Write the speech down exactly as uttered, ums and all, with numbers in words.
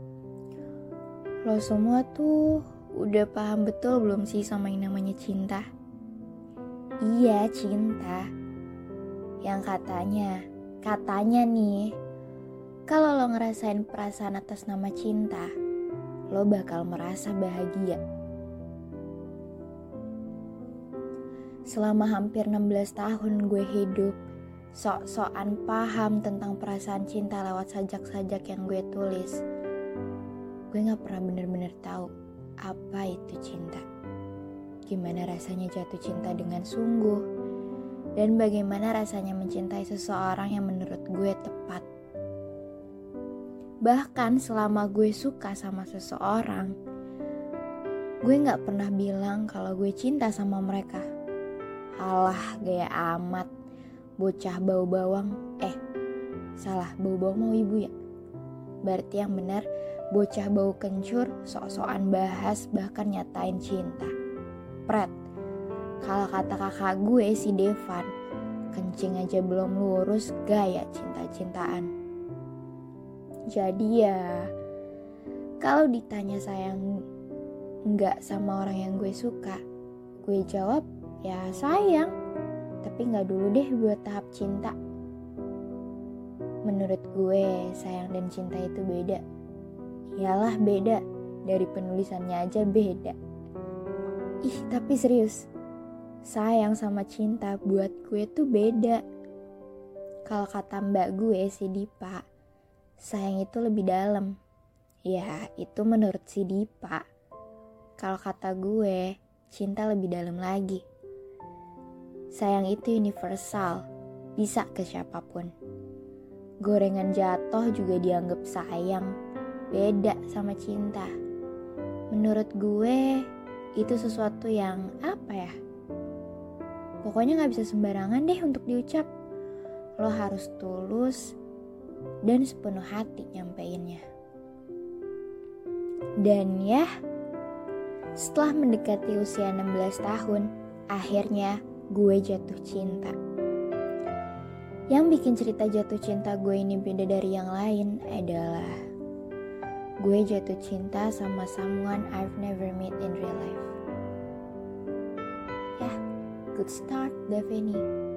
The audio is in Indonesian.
Lo semua tuh udah paham betul belum sih sama yang namanya cinta? Iya, cinta. Yang katanya, katanya nih, kalau lo ngerasain perasaan atas nama cinta, lo bakal merasa bahagia. Selama hampir enam belas tahun gue hidup, sok-sokan paham tentang perasaan cinta lewat sajak-sajak yang gue tulis. Gue gak pernah bener-bener tahu apa itu cinta. Gimana rasanya jatuh cinta dengan sungguh, dan bagaimana rasanya mencintai seseorang yang menurut gue tepat. Bahkan selama gue suka sama seseorang, gue gak pernah bilang kalau gue cinta sama mereka. Alah, gaya amat, bocah bau bawang. Eh, salah, bau bawang mau ibu ya? Berarti yang benar, bocah bau kencur, sok-sokan bahas bahkan nyatain cinta. Pret, kalau kata kakak gue si Devan, kencing aja belum lurus gaya cinta-cintaan. Jadi ya, kalau ditanya sayang enggak sama orang yang gue suka, gue jawab ya sayang, tapi enggak dulu deh buat tahap cinta. Menurut gue, sayang dan cinta itu beda. Iyalah beda, dari penulisannya aja beda. Ih, tapi serius, sayang sama cinta buat gue tuh beda. Kalau kata mbak gue si Dipa, sayang itu lebih dalam. Ya, itu menurut si Dipa. Kalau kata gue, cinta lebih dalam lagi. Sayang itu universal, bisa ke siapapun. Gorengan jatuh juga dianggap sayang. Beda sama cinta. Menurut gue itu sesuatu yang apa ya, pokoknya gak bisa sembarangan deh untuk diucap. Lo harus tulus dan sepenuh hati nyampeinnya. Dan ya, setelah mendekati usia enam belas tahun, akhirnya gue jatuh cinta. Yang bikin cerita jatuh cinta gue ini beda dari yang lain adalah gue jatuh cinta sama someone I've never met in real life. Ya, good start, Daveni.